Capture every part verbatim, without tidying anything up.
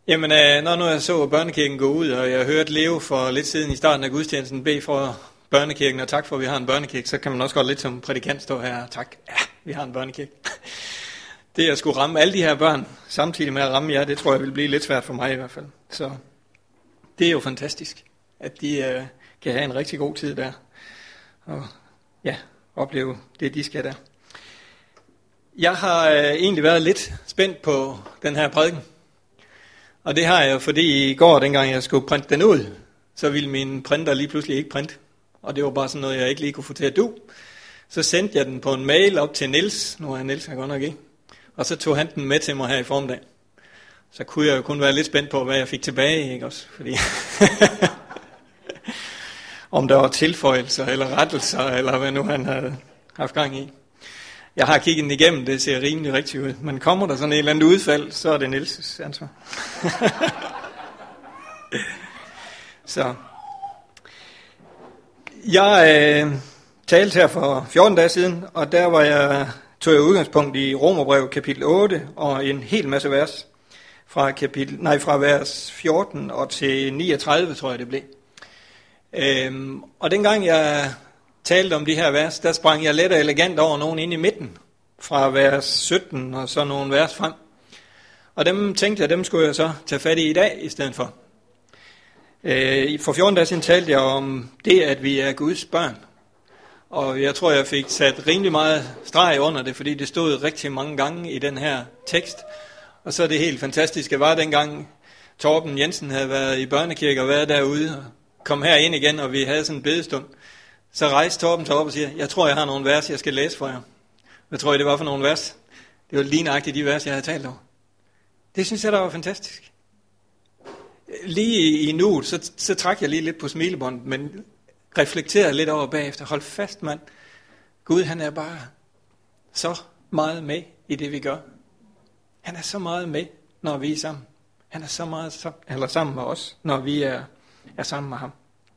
Jamen, øh, når nu jeg så børnekirken gå ud, og jeg hørte Leo for lidt siden i starten af gudstjenesten bede for børnekirken, og tak for, at vi har en børnekirke, så kan man også godt lidt som prædikant stå her, tak, ja, vi har en børnekirke. Det at skulle ramme alle de her børn, samtidig med at ramme jer, det tror jeg vil blive lidt svært for mig i hvert fald. Så det er jo fantastisk, at de øh, kan have en rigtig god tid der, og ja, opleve det, de skal der. Jeg har øh, egentlig været lidt spændt på den her prædiken. Og det har jeg, fordi i går, dengang jeg skulle printe den ud, så ville min printer lige pludselig ikke printe. Og det var bare sådan noget, jeg ikke lige kunne få til at du. Så sendte jeg den på en mail op til Niels. Nu er Niels her godt nok ikke. Og så tog han den med til mig her i formiddag. Så kunne jeg jo kun være lidt spændt på, hvad jeg fik tilbage, ikke også? Fordi om der var tilføjelser eller rettelser, eller hvad nu han havde haft gang i. Jeg har kigget den igennem, det ser rimelig rigtigt ud. Men kommer der sådan et eller andet udfald, så er det Niels' ansvar. Så. Jeg øh, talte her for fjorten dage siden, og der var jeg, tog jeg udgangspunkt i Romerbrev kapitel otte, og en hel masse vers fra, kapitel, nej, fra vers fjorten og til niogtredive, tror jeg det blev. Øhm, og dengang jeg talte om de her vers, der sprang jeg let og elegant over nogen ind i midten, fra vers sytten og så nogle vers frem. Og dem tænkte jeg, dem skulle jeg så tage fat i i dag i stedet for. Øh, for fjorten dage siden talte jeg om det, at vi er Guds børn. Og jeg tror, jeg fik sat rimelig meget streg under det, fordi det stod rigtig mange gange i den her tekst. Og så det helt fantastiske var, dengang Torben Jensen havde været i børnekirke og været derude og kom her ind igen, og vi havde sådan en bedestund. Så rejste Torben sig op og siger, jeg tror, jeg har nogle vers, jeg skal læse for jer. Hvad tror I, det var for nogle vers? Det var lige nøjagtigt de vers, jeg havde talt over. Det synes jeg, der var fantastisk. Lige i nuet, så, så trak jeg lige lidt på smilebåndet, men reflekterede lidt over bagefter. Hold fast, mand. Gud, han er bare så meget med i det, vi gør. Han er så meget med, når vi er sammen. Han er så meget eller sammen med os, når vi er, er sammen med ham.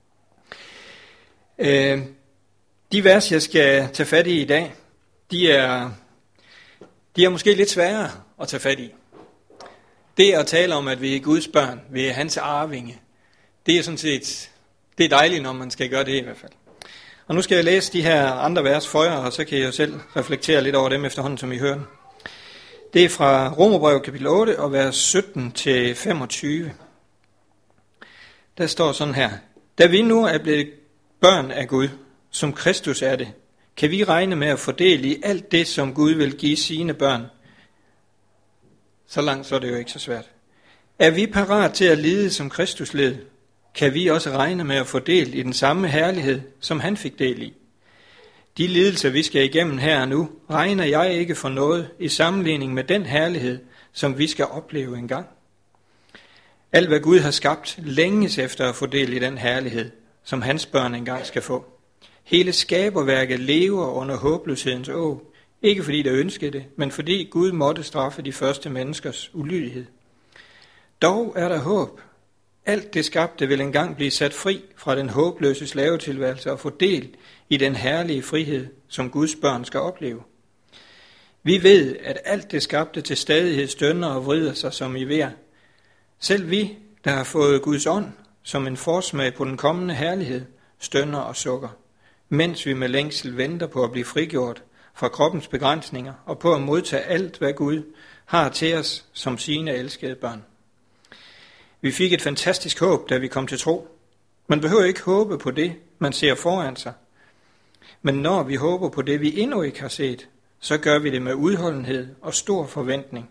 Øh, de vers, jeg skal tage fat i i dag, de er, de er måske lidt sværere at tage fat i. Det at tale om, at vi er Guds børn, vi er hans arvinge, det er sådan set, det er dejligt, når man skal gøre det i hvert fald. Og nu skal jeg læse de her andre vers for jer, og så kan jeg jo selv reflektere lidt over dem efterhånden, som I hører dem. Det er fra Romerbrev kapitel otte og vers sytten til femogtyve. Der står sådan her. Da vi nu er blevet børn af Gud, som Kristus er det, kan vi regne med at fordele i alt det, som Gud vil give sine børn. Så langt så er det jo ikke så svært. Er vi parat til at lide, som Kristus led, kan vi også regne med at fordele i den samme herlighed, som han fik del i. De lidelser, vi skal igennem her og nu, regner jeg ikke for noget i sammenligning med den herlighed, som vi skal opleve engang. Alt hvad Gud har skabt, længes efter at fordele i den herlighed, som hans børn engang skal få. Hele skaberværket lever under håbløshedens åg, ikke fordi der ønskede det, men fordi Gud måtte straffe de første menneskers ulydighed. Dog er der håb. Alt det skabte vil engang blive sat fri fra den håbløse slavetilværelse og få del i den herlige frihed, som Guds børn skal opleve. Vi ved, at alt det skabte til stadighed stønner og vrider sig som i vejr. Selv vi, der har fået Guds ånd som en forsmag på den kommende herlighed, stønner og sukker, mens vi med længsel venter på at blive frigjort fra kroppens begrænsninger og på at modtage alt, hvad Gud har til os som sine elskede børn. Vi fik et fantastisk håb, da vi kom til tro. Man behøver ikke håbe på det, man ser foran sig. Men når vi håber på det, vi endnu ikke har set, så gør vi det med udholdenhed og stor forventning.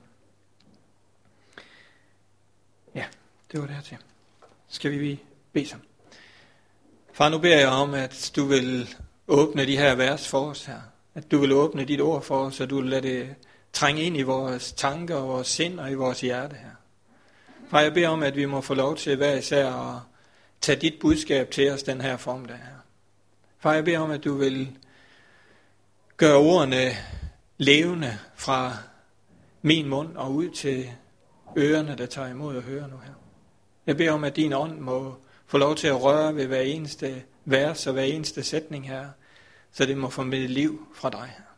Ja, det var det her til. Skal vi bede sammen? Far, nu beder jeg om, at du vil åbne de her vers for os her. At du vil åbne dit ord for os, og du vil lade det trænge ind i vores tanker og vores sind og i vores hjerte her. Far, jeg beder om, at vi må få lov til hver især at tage dit budskab til os den her formiddag her. Far, jeg beder om, at du vil gøre ordene levende fra min mund og ud til ørerne, der tager imod og hører nu her. Jeg beder om, at din ånd må få lov til at røre ved hver eneste vers og hver eneste sætning her, så det må formidle liv fra dig her.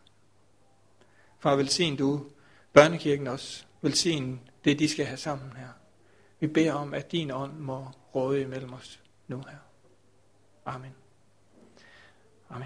Far, velsign du børnekirken også. Velsign det, de skal have sammen her. Vi beder om, at din ånd må råde imellem os nu her. Amen. Amen.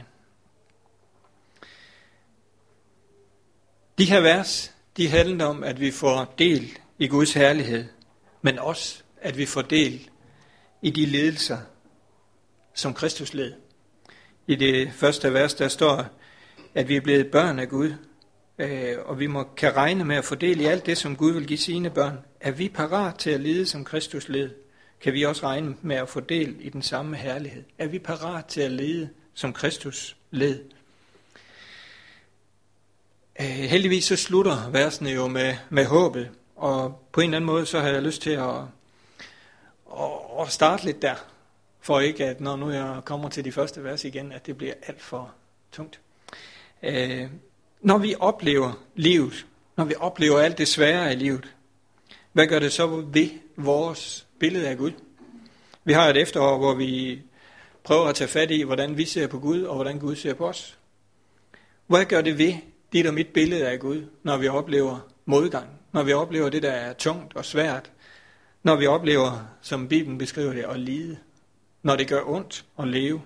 De her vers, de handler om, at vi får del i Guds herlighed, men også, at vi får del i de ledelser, som Kristus led. I det første vers, der står, at vi er blevet børn af Gud, og vi må, kan regne med at få del i alt det, som Gud vil give sine børn. Er vi parat til at lide, som Kristus led, kan vi også regne med at få del i den samme herlighed. Er vi parat til at lide, som Kristus led? Heldigvis så slutter versene jo med, med håbet, og på en eller anden måde, så har jeg lyst til at, at, at starte lidt der, for ikke at når nu jeg kommer til de første vers igen, at det bliver alt for tungt. Øh, når vi oplever livet, når vi oplever alt det svære i livet, hvad gør det så ved vores billede af Gud? Vi har et efterår, hvor vi prøver at tage fat i, hvordan vi ser på Gud, og hvordan Gud ser på os. Hvad gør det ved dit og mit billede af Gud, når vi oplever modgang, når vi oplever det, der er tungt og svært, når vi oplever, som Bibelen beskriver det, at lide, når det gør ondt at leve?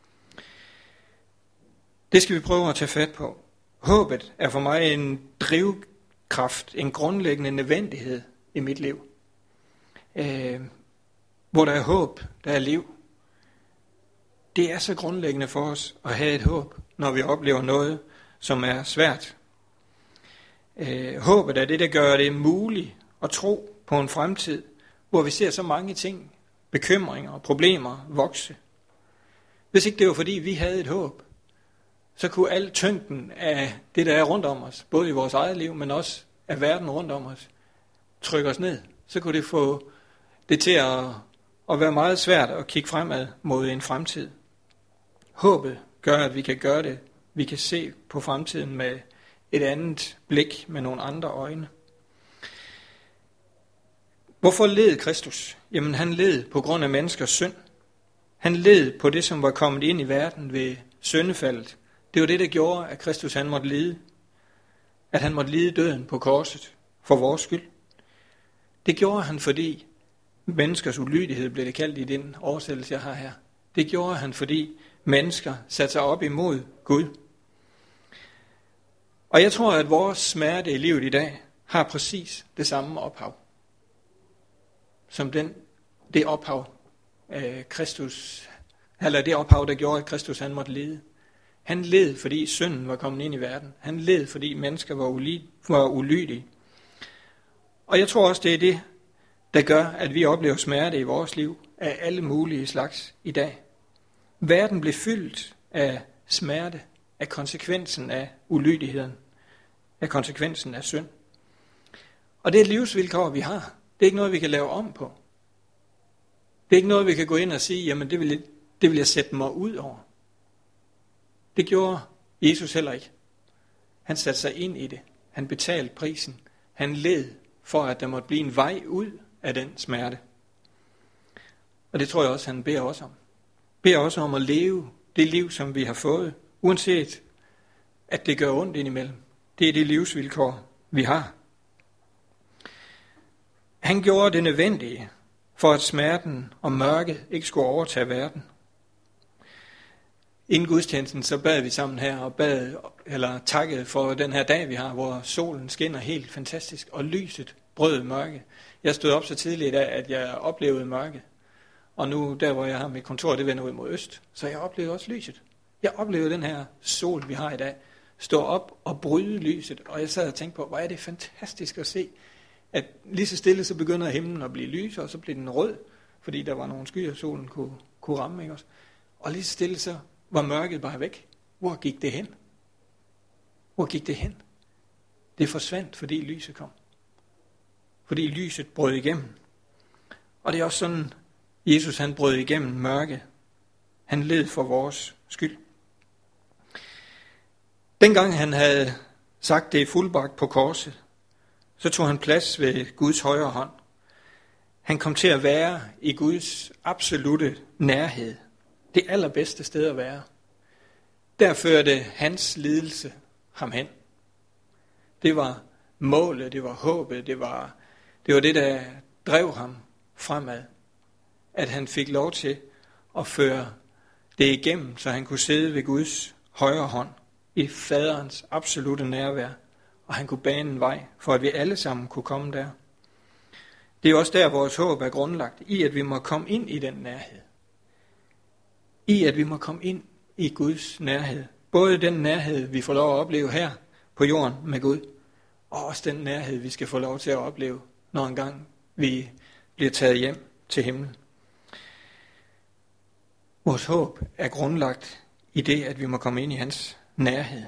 Det skal vi prøve at tage fat på. Håbet er for mig en drivkraft, en grundlæggende nødvendighed i mit liv. Øh, hvor der er håb, der er liv. Det er så grundlæggende for os at have et håb, når vi oplever noget, som er svært. Øh, håbet er det, der gør det muligt at tro på en fremtid, hvor vi ser så mange ting, bekymringer og problemer vokse. Hvis ikke det var fordi vi havde et håb, så kunne al tyngden af det, der er rundt om os, både i vores eget liv, men også af verden rundt om os, trykke os ned. Så kunne det få det til at, at være meget svært at kigge fremad mod en fremtid. Håbet gør, at vi kan gøre det. Vi kan se på fremtiden med et andet blik, med nogle andre øjne. Hvorfor led Kristus? Jamen han led på grund af menneskers synd. Han led på det, som var kommet ind i verden ved syndefaldet. Det var det, der gjorde, at Kristus han måtte lide. At han måtte lide døden på korset for vores skyld. Det gjorde han, fordi menneskers ulydighed blev det kaldt i den oversættelse, jeg har her. Det gjorde han, fordi mennesker satte sig op imod Gud. Og jeg tror, at vores smerte i livet i dag har præcis det samme ophav. Som den, det ophav, øh, Kristus, eller det ophav, der gjorde, at Kristus han måtte lide. Han led, fordi synden var kommet ind i verden. Han led, fordi mennesker var, uly, var ulydige. Og jeg tror også, det er det, der gør, at vi oplever smerte i vores liv af alle mulige slags i dag. Verden blev fyldt af smerte, af konsekvensen af ulydigheden, af konsekvensen af synd. Og det er et livsvilkår, vi har. Det er ikke noget, vi kan lave om på. Det er ikke noget, vi kan gå ind og sige, jamen det vil, det vil jeg sætte mig ud over. Det gjorde Jesus heller ikke. Han satte sig ind i det. Han betalte prisen. Han led for, at der måtte blive en vej ud af den smerte. Og det tror jeg også, han beder os om. Beder også om at leve det liv, som vi har fået, uanset at det gør ondt indimellem. Det er det livsvilkår, vi har. Han gjorde det nødvendige, for at smerten og mørket ikke skulle overtage verden. Inden gudstjenesten, så bad vi sammen her og bad, eller takkede for den her dag, vi har, hvor solen skinner helt fantastisk, og lyset brød mørke. Jeg stod op så tidligt i dag, at jeg oplevede mørke. Og nu, der hvor jeg har mit kontor, det vender ud mod øst, så jeg oplevede også lyset. Jeg oplevede den her sol, vi har i dag, stå op og bryde lyset. Og jeg sad og tænkte på, hvor er det fantastisk at se, at lige så stille, så begynder himlen at blive lys, og så blev den rød, fordi der var nogle skyer, solen kunne, kunne ramme, ikke også? Og lige så stille, så var mørket bare væk. Hvor gik det hen? Hvor gik det hen? Det forsvandt, fordi lyset kom. Fordi lyset brød igennem. Og det er også sådan, Jesus han brød igennem mørke. Han led for vores skyld. Dengang han havde sagt det fuldbragt på korset, så tog han plads ved Guds højre hånd. Han kom til at være i Guds absolute nærhed. Det allerbedste sted at være. Der førte hans lidelse ham hen. Det var målet, det var håbet, det var det, var det der drev ham fremad. At han fik lov til at føre det igennem, så han kunne sidde ved Guds højre hånd i faderens absolute nærvær, og han kunne bane en vej, for at vi alle sammen kunne komme der. Det er også der, vores håb er grundlagt, i at vi må komme ind i den nærhed. I at vi må komme ind i Guds nærhed. Både den nærhed, vi får lov at opleve her på jorden med Gud, og også den nærhed, vi skal få lov til at opleve, når engang vi bliver taget hjem til himlen. Vores håb er grundlagt i det, at vi må komme ind i hans nærhed.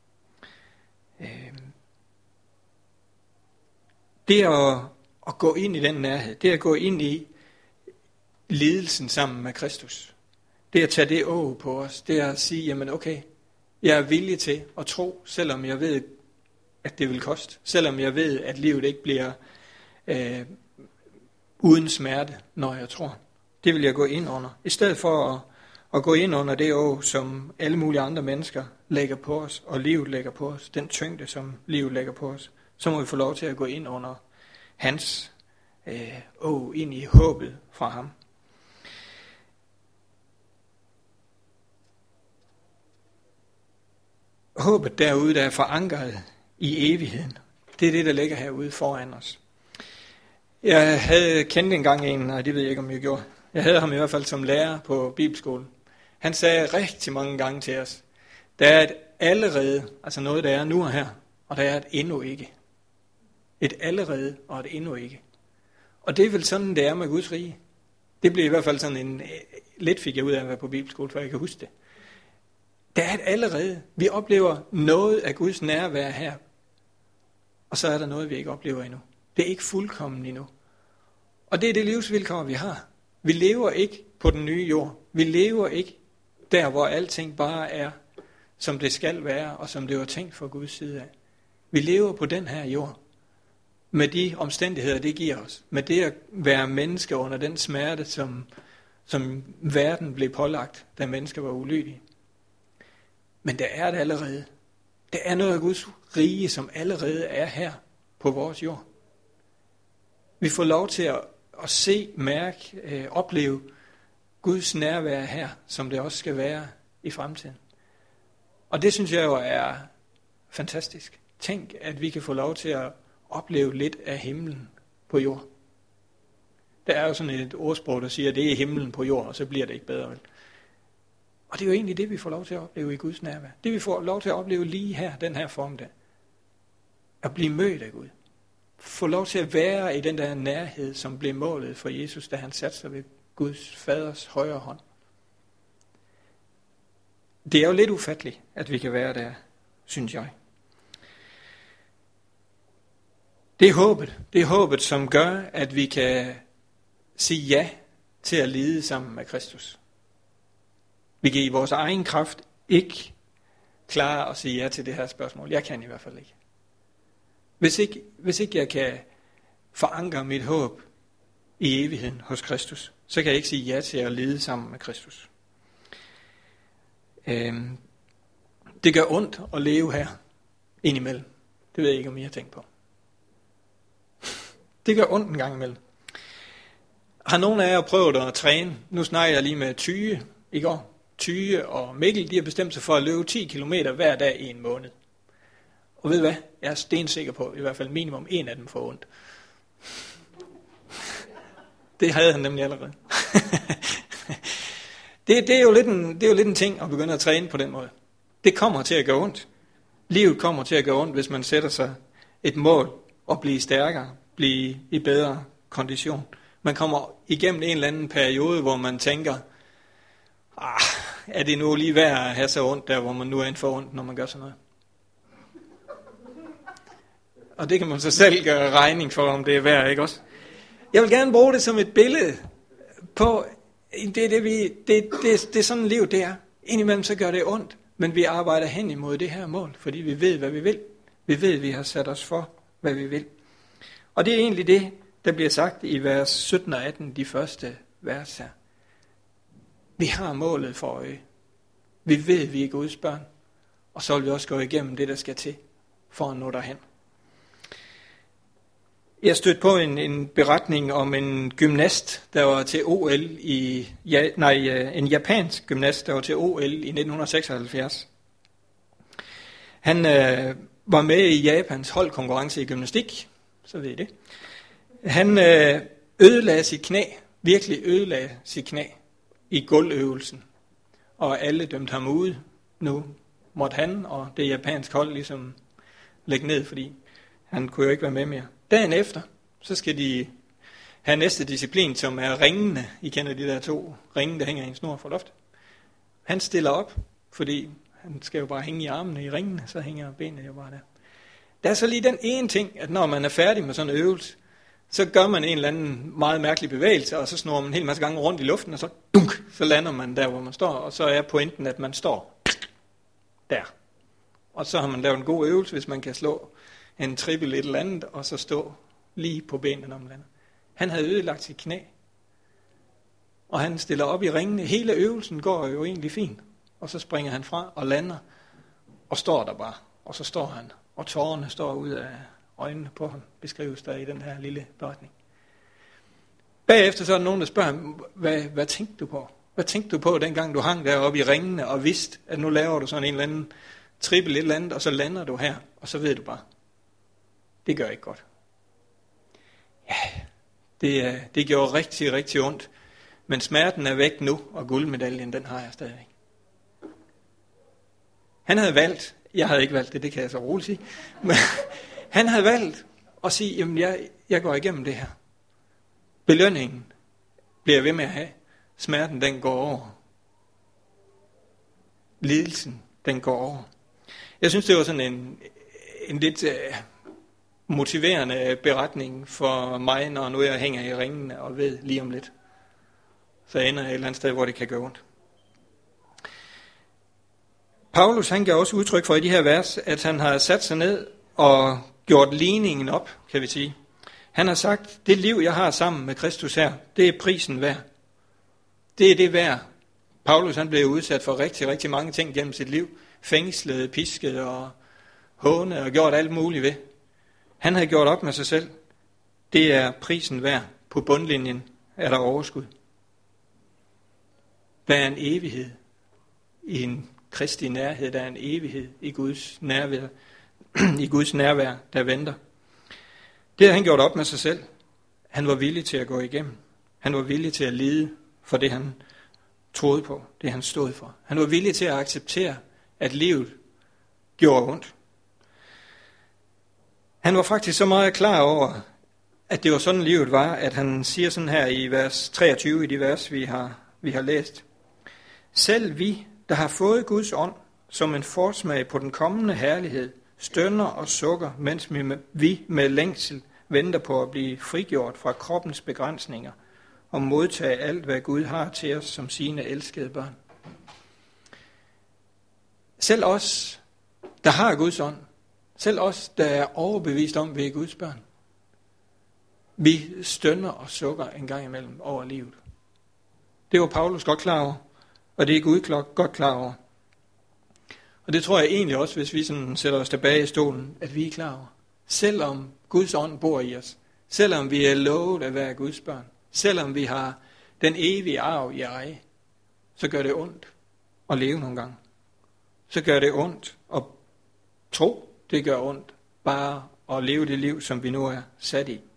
Det at, at gå ind i den nærhed, det at gå ind i lidelsen sammen med Kristus, det at tage det åg på os, det er at sige, jamen okay, jeg er villig til at tro, selvom jeg ved, at det vil koste, selvom jeg ved, at livet ikke bliver øh, uden smerte, når jeg tror. Det vil jeg gå ind under. I stedet for at, at gå ind under det åg, som alle mulige andre mennesker lægger på os, og livet lægger på os, den tyngde, som livet lægger på os, så må vi få lov til at gå ind under hans øh, åg, ind i håbet fra ham. Håbet derude, der er forankret i evigheden, det er det, der ligger herude foran os. Jeg havde kendt engang en, og det ved jeg ikke, om jeg gjorde. Jeg havde ham i hvert fald som lærer på bibelskolen. Han sagde rigtig mange gange til os, der er et allerede, altså noget, der er nu og her, og der er et endnu ikke. Et allerede og et endnu ikke. Og det er vel sådan, det er med Guds rige. Det blev i hvert fald sådan en, lidt fik jeg ud af at være på bibelskole, for jeg kan huske det. Der er et allerede. Vi oplever noget af Guds nærvær her, og så er der noget, vi ikke oplever endnu. Det er ikke fuldkommen endnu. Og det er det livsvilkår, vi har. Vi lever ikke på den nye jord. Vi lever ikke der, hvor alting bare er, som det skal være, og som det var tænkt fra Guds side af. Vi lever på den her jord, med de omstændigheder, det giver os. Med det at være menneske under den smerte, som, som verden blev pålagt, da mennesker var ulydige. Men der er det allerede. Der er noget af Guds rige, som allerede er her på vores jord. Vi får lov til at, at se, mærke, øh, opleve Guds nærvær her, som det også skal være i fremtiden. Og det synes jeg jo er fantastisk. Tænk, at vi kan få lov til at opleve lidt af himlen på jord. Der er jo sådan et ordsprog, der siger, at det er himlen på jord, og så bliver det ikke bedre. Vel? Og det er jo egentlig det, vi får lov til at opleve i Guds nærvær. Det vi får lov til at opleve lige her, den her form der. At blive mødt af Gud. Få lov til at være i den der nærhed, som blev målet for Jesus, da han satte sig ved Guds faders højre hånd. Det er jo lidt ufatteligt, at vi kan være der, synes jeg. Det er håbet. Det er håbet, som gør, at vi kan sige ja til at lide sammen med Kristus. Vi kan i vores egen kraft ikke klare at sige ja til det her spørgsmål. Jeg kan i hvert fald ikke. Hvis ikke, hvis ikke jeg kan forankre mit håb i evigheden hos Kristus, så kan jeg ikke sige ja til at lide sammen med Kristus. Øhm, det gør ondt at leve her indimellem. Det ved jeg ikke, om I har tænkt på. Det gør ondt en gang imellem. Har nogen af jer prøvet at træne? Nu snakker jeg lige med Tyge i går. Tyge og Mikkel, de har bestemt sig for at løbe ti kilometer hver dag i en måned. Og ved du hvad? Jeg er stensikker på, i hvert fald minimum en af dem får ondt. Det havde han nemlig allerede. det, det, er jo lidt en, det er jo lidt en ting at begynde at træne på den måde. Det kommer til at gøre ondt. Livet kommer til at gøre ondt, hvis man sætter sig et mål og blive stærkere, blive i bedre kondition. Man kommer igennem en eller anden periode, hvor man tænker, ah, er det nu lige værd at have så ondt der, hvor man nu er en for ondt, når man gør sådan noget? Og det kan man så selv gøre regning for, om det er værd, ikke også? Jeg vil gerne bruge det som et billede på, det er, det, vi, det, det, det er sådan et liv, det er. Indimellem så gør det ondt, men vi arbejder hen imod det her mål, fordi vi ved, hvad vi vil. Vi ved, at vi har sat os for, hvad vi vil. Og det er egentlig det, der bliver sagt i vers sytten og atten, de første vers her. Vi har målet for øje. Vi ved, at vi er Guds børn, og så vil vi også gå igennem det, der skal til, for at nå derhen. Jeg stødte på en, en beretning om en gymnast, der var til O L i, ja, nej, en japansk gymnast, der var til O L i nitten seksoghalvfjerds. Han øh, var med i Japans holdkonkurrence i gymnastik, så ved I det. Han øh, ødelagde sit knæ, virkelig ødelagde sit knæ i gulvøvelsen, og alle dømte ham ude. Nu måtte han og det japanske hold ligesom lægge ned, fordi han kunne jo ikke være med mere. Dagen efter, så skal de have næste disciplin, som er ringene. I kender de der to ringe, der hænger i en snor fra loft. Han stiller op, fordi han skal jo bare hænge i armene i ringene, så hænger benene jo bare der. Der er så lige den ene ting, at når man er færdig med sådan en øvelse, så gør man en eller anden meget mærkelig bevægelse, og så snor man en hel masse gange rundt i luften, og så dunk, så lander man der, hvor man står, og så er pointen, at man står der. Og så har man lavet en god øvelse, hvis man kan slå en trippel et eller andet, og så stå lige på benene, når man lander. Han havde ødelagt sit knæ, og han stiller op i ringene. Hele øvelsen går jo egentlig fint, og så springer han fra og lander, og står der bare, og så står han, og tårerne står ud af øjnene på ham, beskrives der i den her lille beretning. Bagefter så er der nogen, der spørger ham, hvad, hvad tænkte du på? Hvad tænkte du på, dengang du hang deroppe i ringene, og vidste, at nu laver du sådan en eller anden trippel et eller andet, og så lander du her, og så ved du bare, det gør ikke godt. Ja, det, det gjorde rigtig, rigtig ondt, men smerten er væk nu, og guldmedaljen, den har jeg stadigvæk. Han havde valgt, jeg havde ikke valgt det, det kan jeg så roligt sige, men han havde valgt at sige, jamen jeg, jeg går igennem det her. Belønningen bliver jeg ved med at have. Smerten, den går over. Lidelsen, den går over. Jeg synes, det var sådan en, en lidt uh, motiverende beretning for mig, når nu jeg hænger i ringene og ved lige om lidt. Så ender jeg et eller andet sted, hvor det kan gøre ondt. Paulus, han gav også udtryk for i de her vers, at han har sat sig ned og gjort ligningen op, kan vi sige. Han har sagt, det liv, jeg har sammen med Kristus her, det er prisen værd. Det er det værd. Paulus, han blev udsat for rigtig, rigtig mange ting gennem sit liv. Fængslet, pisket og håne og gjort alt muligt ved. Han havde gjort op med sig selv. Det er prisen værd. På bundlinjen er der overskud. Der er en evighed i en kristi nærhed. Der er en evighed i Guds nærvær, i Guds nærvær, der venter. Det havde han gjort op med sig selv. Han var villig til at gå igennem. Han var villig til at lide for det, han troede på, det han stod for. Han var villig til at acceptere, at livet gjorde ondt. Han var faktisk så meget klar over, at det var sådan livet var, at han siger sådan her i vers treogtyve, i de vers, vi har, vi har læst. Selv vi, der har fået Guds ånd som en forsmag på den kommende herlighed, stønner og sukker, mens vi med længsel venter på at blive frigjort fra kroppens begrænsninger og modtage alt, hvad Gud har til os som sine elskede børn. Selv os, der har Guds ånd, selv os, der er overbevist om, at vi er Guds børn, vi stønner og sukker en gang imellem over livet. Det var Paulus godt klar over, og det er Gud godt klar over. Og det tror jeg egentlig også, hvis vi sådan sætter os tilbage i stolen, at vi er klar over. Selvom Guds ånd bor i os, selvom vi er lovet at være Guds børn, selvom vi har den evige arv i eje, så gør det ondt at leve nogle gange. Så gør det ondt at tro, det gør ondt bare at leve det liv, som vi nu er sat i.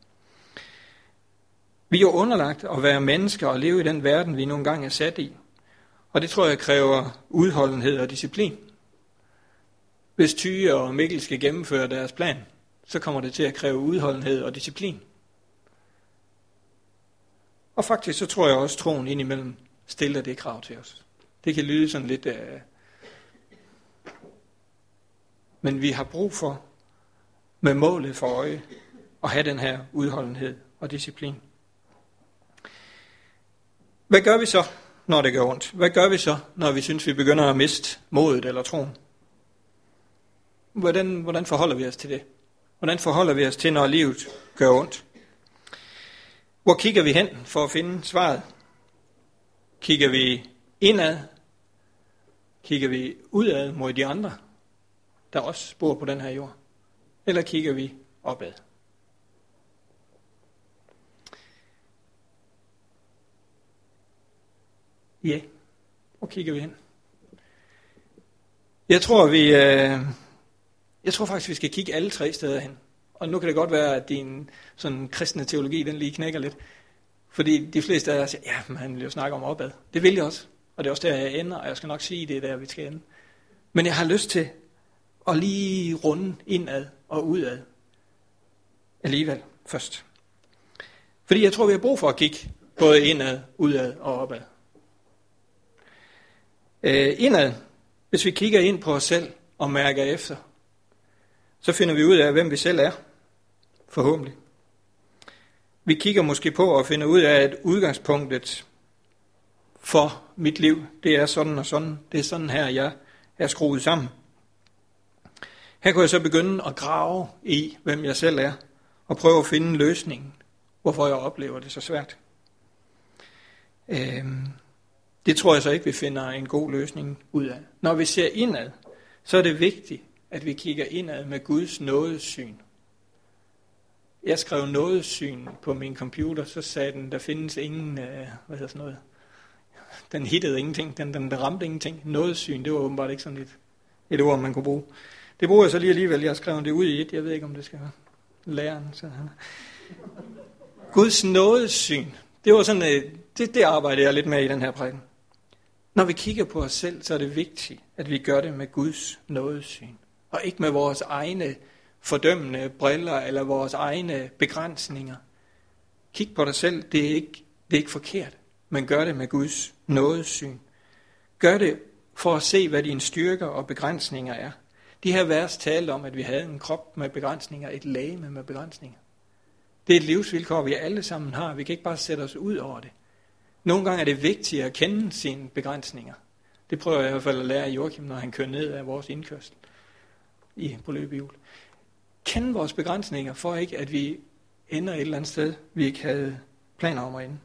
Vi er jo underlagt at være mennesker og leve i den verden, vi nogle gange er sat i. Og det tror jeg kræver udholdenhed og disciplin. Hvis Tyge og Mikkel skal gennemføre deres plan, så kommer det til at kræve udholdenhed og disciplin. Og faktisk så tror jeg også, at troen indimellem stiller det krav til os. Det kan lyde sådan lidt... Uh... Men vi har brug for, med målet for øje, at have den her udholdenhed og disciplin. Hvad gør vi så, når det gør ondt? Hvad gør vi så, når vi synes, vi begynder at miste modet eller troen? Hvordan, hvordan forholder vi os til det? Hvordan forholder vi os til, når livet gør ondt? Hvor kigger vi hen for at finde svaret? Kigger vi indad? Kigger vi udad mod de andre, der også bor på den her jord? Eller kigger vi opad? Ja, hvor kigger vi hen? Jeg tror, vi, øh, jeg tror faktisk, vi skal kigge alle tre steder hen. Og nu kan det godt være, at din sådan kristne teologi, den lige knækker lidt. Fordi de fleste af jer siger, ja, man vil jo snakke om opad. Det vil jeg også. Og det er også der, jeg ender, og jeg skal nok sige, det er der, vi skal ende. Men jeg har lyst til at lige runde indad og udad. Alligevel først. Fordi jeg tror, vi har brug for at kigge både indad, udad og opad. Øh, indad, hvis vi kigger ind på os selv og mærker efter, så finder vi ud af, hvem vi selv er. Forhåbentlig. Vi kigger måske på og finder ud af, at udgangspunktet for mit liv, det er sådan og sådan. Det er sådan her, jeg er skruet sammen. Her kunne jeg så begynde at grave i, hvem jeg selv er, og prøve at finde løsningen, hvorfor jeg oplever det så svært. Øhm, det tror jeg så ikke, vi finder en god løsning ud af. Når vi ser indad, så er det vigtigt, at vi kigger indad med Guds nådesyn. Jeg skrev nådesyn på min computer, så sagde den, der findes ingen, øh, hvad hedder sådan noget, den hittede ingenting, den, den, den ramte ingenting. Nådesyn, det var åbenbart ikke sådan et, et ord, man kunne bruge. Det bruger jeg så lige alligevel, jeg har skrevet det ud i et, jeg ved ikke, om det skal være læreren. Så. Guds nådesyn, det var sådan, det, det arbejder jeg lidt med i den her prædiken. Når vi kigger på os selv, så er det vigtigt, at vi gør det med Guds nådesyn, og ikke med vores egne fordømmende briller eller vores egne begrænsninger. Kig på dig selv, det er ikke, det er ikke forkert, men gør det med Guds nådesyn. Gør det for at se, hvad dine styrker og begrænsninger er. De her vers talte om, at vi havde en krop med begrænsninger, et legeme med begrænsninger. Det er et livsvilkår, vi alle sammen har. Vi kan ikke bare sætte os ud over det. Nogle gange er det vigtigt at kende sine begrænsninger. Det prøver jeg i hvert fald at lære Joachim, når han kører ned af vores indkørsel i på løbehjul. Kende vores begrænsninger, for ikke at vi ender et eller andet sted, vi ikke havde planer om at ende.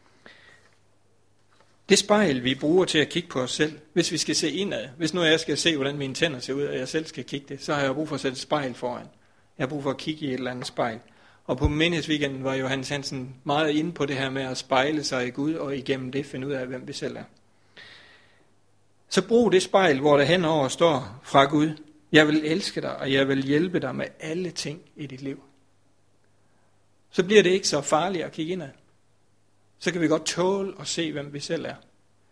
Det spejl, vi bruger til at kigge på os selv, hvis vi skal se indad, hvis nu jeg skal se, hvordan mine tænder ser ud, og jeg selv skal kigge det, så har jeg brug for at sætte et spejl foran. Jeg har brug for at kigge i et eller andet spejl. Og på menighedsweekenden var Johannes Hansen meget inde på det her med at spejle sig i Gud, og igennem det finde ud af, hvem vi selv er. Så brug det spejl, hvor der henover står fra Gud: jeg vil elske dig, og jeg vil hjælpe dig med alle ting i dit liv. Så bliver det ikke så farligt at kigge indad. Så kan vi godt tåle at se, hvem vi selv er.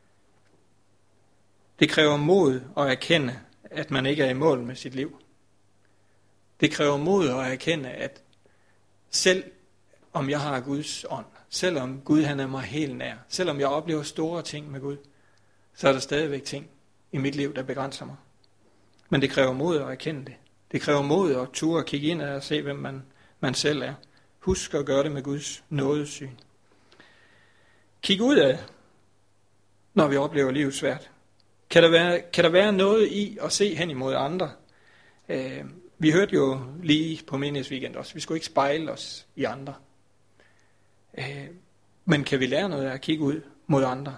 Det kræver mod at erkende, at man ikke er i mål med sit liv. Det kræver mod at erkende, at selv om jeg har Guds ånd, selvom Gud han er mig helt nær, selvom jeg oplever store ting med Gud, så er der stadigvæk ting i mit liv, der begrænser mig. Men det kræver mod at erkende det. Det kræver mod at ture og kigge ind og se, hvem man, man selv er. Husk at gøre det med Guds nådesyn. Kig ud af, når vi oplever livet svært. Kan der være, kan der være noget i at se hen imod andre? Øh, vi hørte jo lige på menighedsweekend også, vi skulle ikke spejle os i andre. Øh, men kan vi lære noget af at kigge ud mod andre?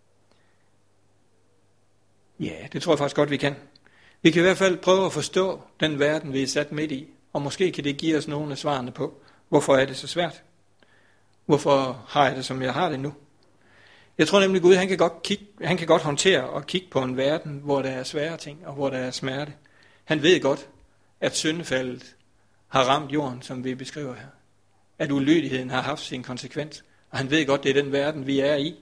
Ja, det tror jeg faktisk godt, vi kan. Vi kan i hvert fald prøve at forstå den verden, vi er sat midt i. Og måske kan det give os nogle af svarene på, hvorfor er det så svært? Hvorfor har jeg det, som jeg har det nu? Jeg tror nemlig, Gud han kan, godt kigge, han kan godt håndtere og kigge på en verden, hvor der er svære ting og hvor der er smerte. Han ved godt, at syndefaldet har ramt jorden, som vi beskriver her. At ulydigheden har haft sin konsekvens. Og han ved godt, det er den verden, vi er i.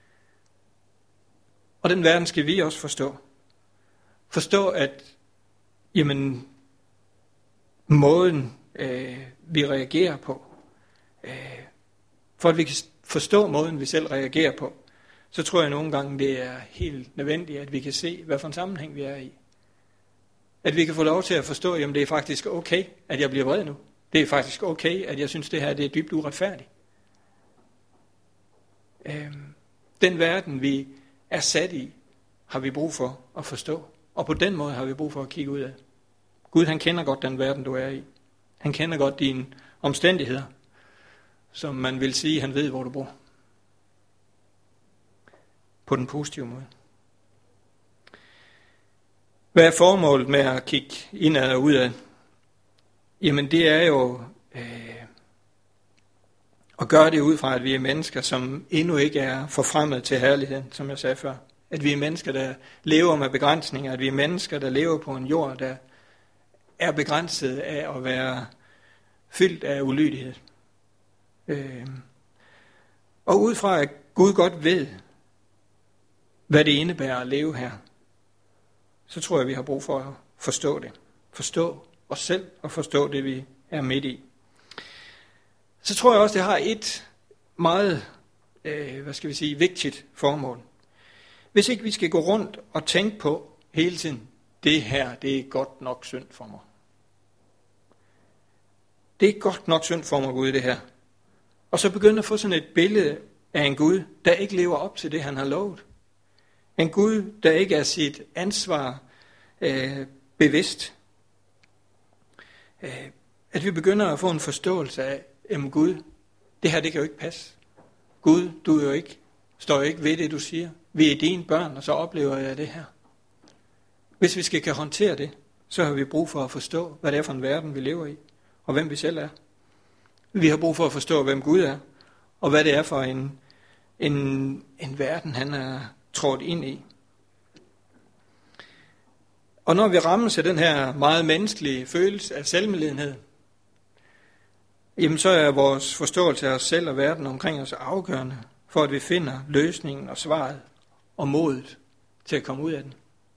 Og den verden skal vi også forstå. Forstå, at jamen, måden, øh, vi reagerer på, øh, for at vi kan forstå måden, vi selv reagerer på, så tror jeg nogle gange, det er helt nødvendigt, at vi kan se, hvad for en sammenhæng vi er i. At vi kan få lov til at forstå, at det er faktisk okay, at jeg bliver vred nu. Det er faktisk okay, at jeg synes, det her det er dybt uretfærdigt. Øh, den verden, vi er sat i, har vi brug for at forstå. Og på den måde har vi brug for at kigge ud af. Gud, han kender godt den verden, du er i. Han kender godt dine omstændigheder, som man vil sige, han ved, hvor du bor. På den positive måde. Hvad er formålet med at kigge indad og udad? Jamen det er jo øh, Og gør det ud fra, at vi er mennesker, som endnu ikke er forfremmet til herligheden, som jeg sagde før. At vi er mennesker, der lever med begrænsninger. At vi er mennesker, der lever på en jord, der er begrænset af at være fyldt af ulydighed. Øh. Og ud fra, at Gud godt ved, hvad det indebærer at leve her, så tror jeg, vi har brug for at forstå det. Forstå os selv og forstå det, vi er midt i. Så tror jeg også, det har et meget, øh, hvad skal vi sige, vigtigt formål. Hvis ikke vi skal gå rundt og tænke på hele tiden, det her, det er godt nok synd for mig. Det er godt nok synd for mig, Gud, det her. Og så begynde at få sådan et billede af en Gud, der ikke lever op til det, han har lovet. En Gud, der ikke er sit ansvar øh, bevidst. Øh, at vi begynder at få en forståelse af, at Gud, det her, det kan jo ikke passe. Gud, du er jo ikke, står jo ikke ved det, du siger. Vi er dine børn, og så oplever jeg det her. Hvis vi skal kan håndtere det, så har vi brug for at forstå, hvad det er for en verden, vi lever i, og hvem vi selv er. Vi har brug for at forstå, hvem Gud er, og hvad det er for en, en, en verden, han er trådt ind i. Og når vi rammes af den her meget menneskelige følelse af selvmedlidenhed, jamen så er vores forståelse af os selv og verden omkring os afgørende, for at vi finder løsningen og svaret og modet til at komme ud af den.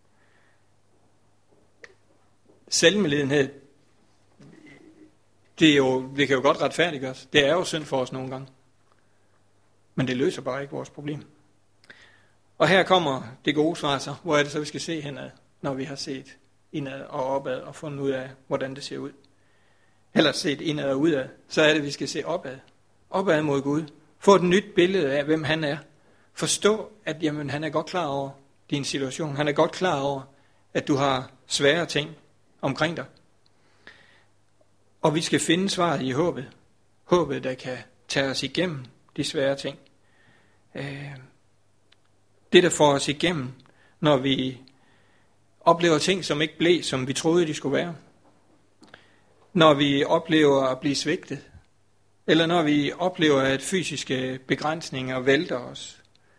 Selvmedlidenhed, det, er jo, det kan jo godt retfærdiggøres. Det er jo synd for os nogle gange. Men det løser bare ikke vores problem. Og her kommer det gode svar så. Hvor er det så, vi skal se henad, når vi har set indad og opad og fundet ud af, hvordan det ser ud. Eller set indad og udad, så er det, vi skal se opad. Opad mod Gud. Få et nyt billede af, hvem han er. Forstå, at jamen, han er godt klar over din situation. Han er godt klar over, at du har svære ting omkring dig. Og vi skal finde svaret i håbet. Håbet, der kan tage os igennem de svære ting. Det, der får os igennem, når vi oplever ting, som ikke blev, som vi troede, de skulle være. Når vi oplever at blive svigtet. Eller når vi oplever, at fysiske begrænsninger vælter os.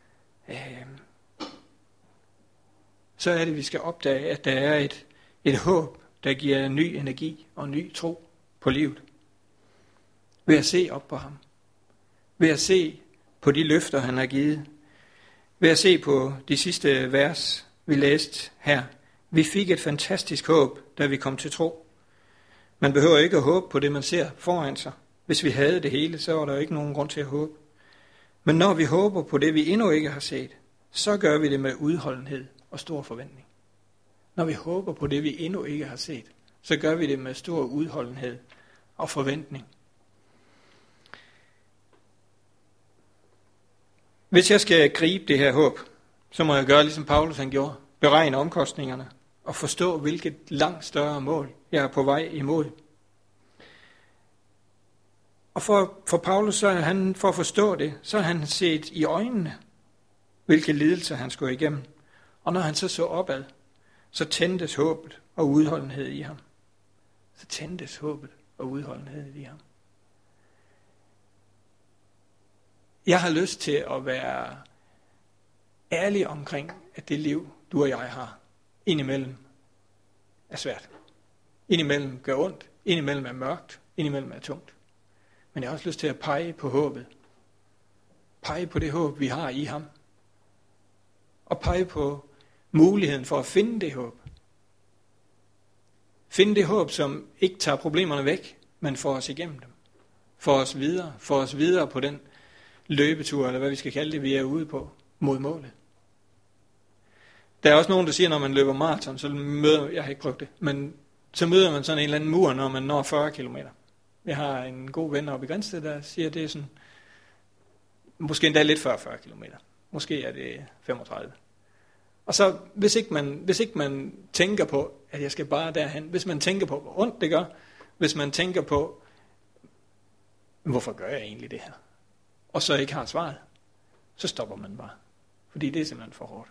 Så er det, vi skal opdage, at der er et, et håb, der giver ny energi og ny tro på livet. Ved at se op på ham. Ved at se på de løfter, han har givet. Ved at se på de sidste vers, vi læste her. Vi fik et fantastisk håb, da vi kom til tro. Man behøver ikke at håbe på det, man ser foran sig. Hvis vi havde det hele, så var der ikke nogen grund til at håbe. Men når vi håber på det, vi endnu ikke har set, så gør vi det med udholdenhed og stor forventning. Når vi håber på det, vi endnu ikke har set, så gør vi det med stor udholdenhed og forventning. Hvis jeg skal gribe det her håb, så må jeg gøre, ligesom Paulus han gjorde. Beregne omkostningerne og forstå, hvilket langt større mål jeg er på vej imod. Og for, for Paulus, så er han, for at forstå det, så har han set i øjnene, hvilke lidelser han skulle igennem. Og når han så så opad, så tændtes håbet og udholdenhed i ham. Så tændtes håbet og udholdenhed i ham. Jeg har lyst til at være ærlig omkring, at det liv, du og jeg har, indimellem er svært. Indimellem gør ondt, indimellem er mørkt, indimellem er tungt. Men jeg har også lyst til at pege på håbet. Pege på det håb, vi har i ham. Og pege på muligheden for at finde det håb. Finde det håb, som ikke tager problemerne væk, men får os igennem dem. Får os videre, får os videre på den løbetur, eller hvad vi skal kalde det, vi er ude på, mod målet. Der er også nogen, der siger, når man løber maraton, så møder, jeg har ikke prøvet det, men så møder man sådan en eller anden mur, når man når fyrre kilometer. Jeg har en god ven oppe i Grænsted, der siger, at det er sådan, måske endda lidt før fyrre kilometer. Måske er det femogtredive. Og så, hvis ikke, man, hvis ikke man tænker på, at jeg skal bare derhen, hvis man tænker på, hvor ondt det gør, hvis man tænker på, hvorfor gør jeg egentlig det her? Og så ikke har svaret, så stopper man bare. Fordi det er simpelthen for hårdt.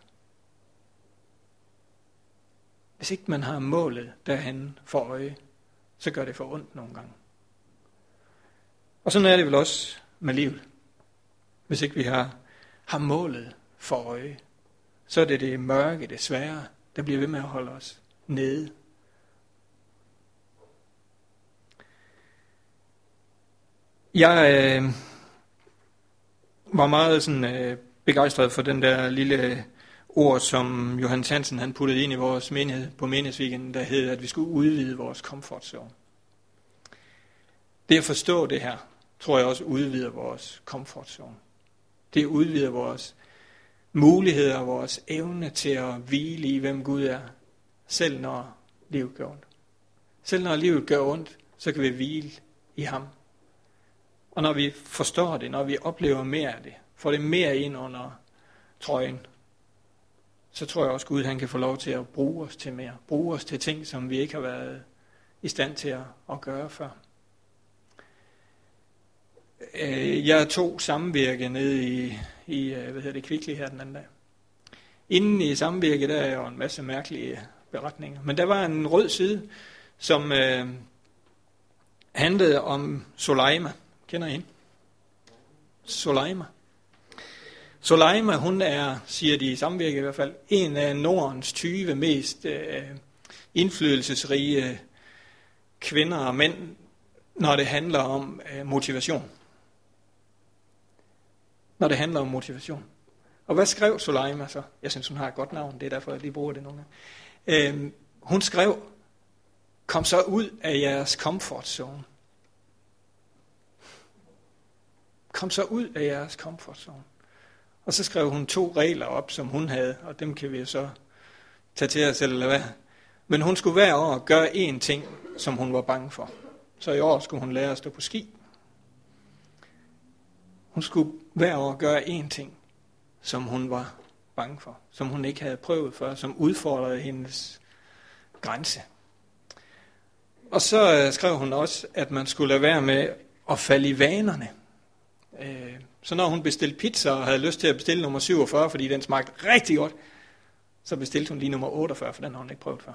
Hvis ikke man har målet derhen for øje, så gør det for ondt nogle gange. Og sådan er det vel også med livet. Hvis ikke vi har, har målet for øje, så er det det mørke, det svære, der bliver ved med at holde os nede. Jeg øh, var meget sådan, øh, begejstret for den der lille ord, som Johannes Hansen han puttede ind i vores menighed på menighedsweekenden, der hed, at vi skulle udvide vores comfort zone. Det at forstå det her, tror jeg også udvider vores comfort zone. Det udvider vores muligheder, vores evne til at hvile i, hvem Gud er, selv når livet gør ondt. Selv når livet gør ondt, så kan vi hvile i ham. Og når vi forstår det, når vi oplever mere af det, får det mere ind under trøjen, så tror jeg også, Gud han kan få lov til at bruge os til mere. Bruge os til ting, som vi ikke har været i stand til at, at gøre før. Jeg tog samvirke nede i, i hvad hedder det, Kvickly her den anden dag. Inden i samvirke, der er jo en masse mærkelige beretninger. Men der var en rød side, som øh, handlede om Soleima. Kender I hende? Soleima. Soleima, hun er, siger de i samvirke i hvert fald, en af Nordens tyve mest øh, indflydelsesrige kvinder og mænd, når det handler om øh, motivation. Når det handler om motivation. Og hvad skrev Soleima så? Jeg synes, hun har et godt navn, det er derfor, jeg lige bruger det nogle gange. Øh, hun skrev, kom så ud af jeres comfort zone. Kom så ud af jeres comfort zone. Og så skrev hun to regler op, som hun havde, og dem kan vi jo så tage til os eller hvad. Men hun skulle hver år gøre én ting, som hun var bange for. Så i år skulle hun lære at stå på ski. Hun skulle hver år gøre én ting, som hun var bange for, som hun ikke havde prøvet før, som udfordrede hendes grænse. Og så skrev hun også, at man skulle lade være med at falde i vanerne. Så når hun bestilte pizza og havde lyst til at bestille nummer syvogfyrre, fordi den smagte rigtig godt, så bestilte hun lige nummer otteogfyrre, for den har hun ikke prøvet før.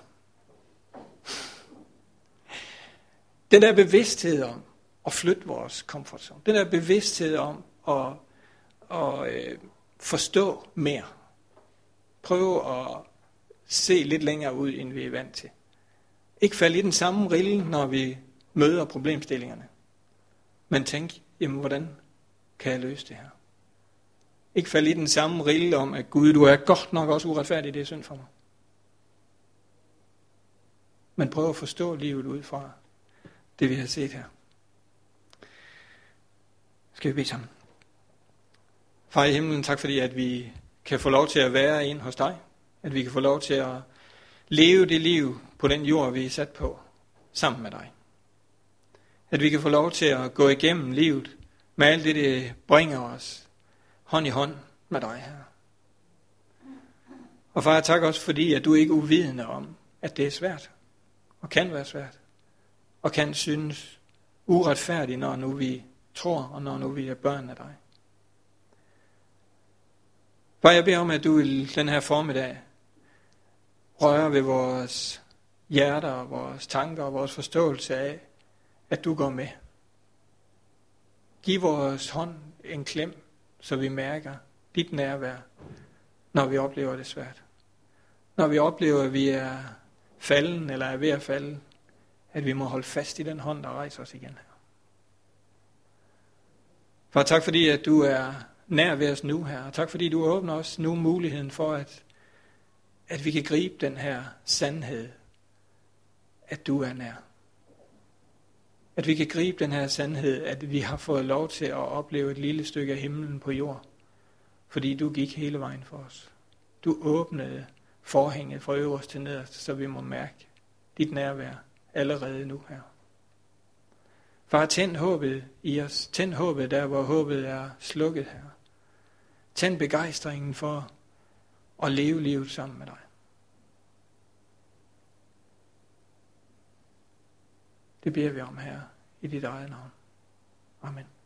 Den der bevidsthed om at flytte vores comfort zone, den der bevidsthed om at, at øh, forstå mere, prøve at se lidt længere ud, end vi er vant til. Ikke falde i den samme rille, når vi møder problemstillingerne, men tænk, jamen hvordan kan jeg løse det her? Ikke falde i den samme rille om, at Gud, du er godt nok også uretfærdig, det er synd for mig. Men prøv at forstå livet ud fra det, vi har set her. Skal vi bede sammen? Far i himlen, tak fordi, at vi kan få lov til at være ind hos dig. At vi kan få lov til at leve det liv på den jord, vi er sat på, sammen med dig. At vi kan få lov til at gå igennem livet med alt det, det bringer os hånd i hånd med dig her. Og far, tak også fordi, at du ikke er uvidende om, at det er svært, og kan være svært, og kan synes uretfærdigt, når nu vi tror, og når nu vi er børn af dig. Far, jeg beder om, at du vil den her formiddag røre ved vores hjerter, og vores tanker, og vores forståelse af, at du går med. Giv vores hånd en klem, så vi mærker dit nærvær, når vi oplever det svært. Når vi oplever, at vi er falden eller er ved at falde, at vi må holde fast i den hånd, der rejser os igen her. Far, tak fordi, at du er nær ved os nu her, og tak fordi du åbner os nu muligheden for, at, at vi kan gribe den her sandhed, at du er nær. At vi kan gribe den her sandhed, at vi har fået lov til at opleve et lille stykke af himlen på jord, fordi du gik hele vejen for os. Du åbnede forhænget fra øverst til nederst, så vi må mærke dit nærvær allerede nu her. Far, tænd håbet i os. Tænd håbet der, hvor håbet er slukket her. Tænd begejstringen for at leve livet sammen med dig. Det beder vi om her i dit eget navn. Amen.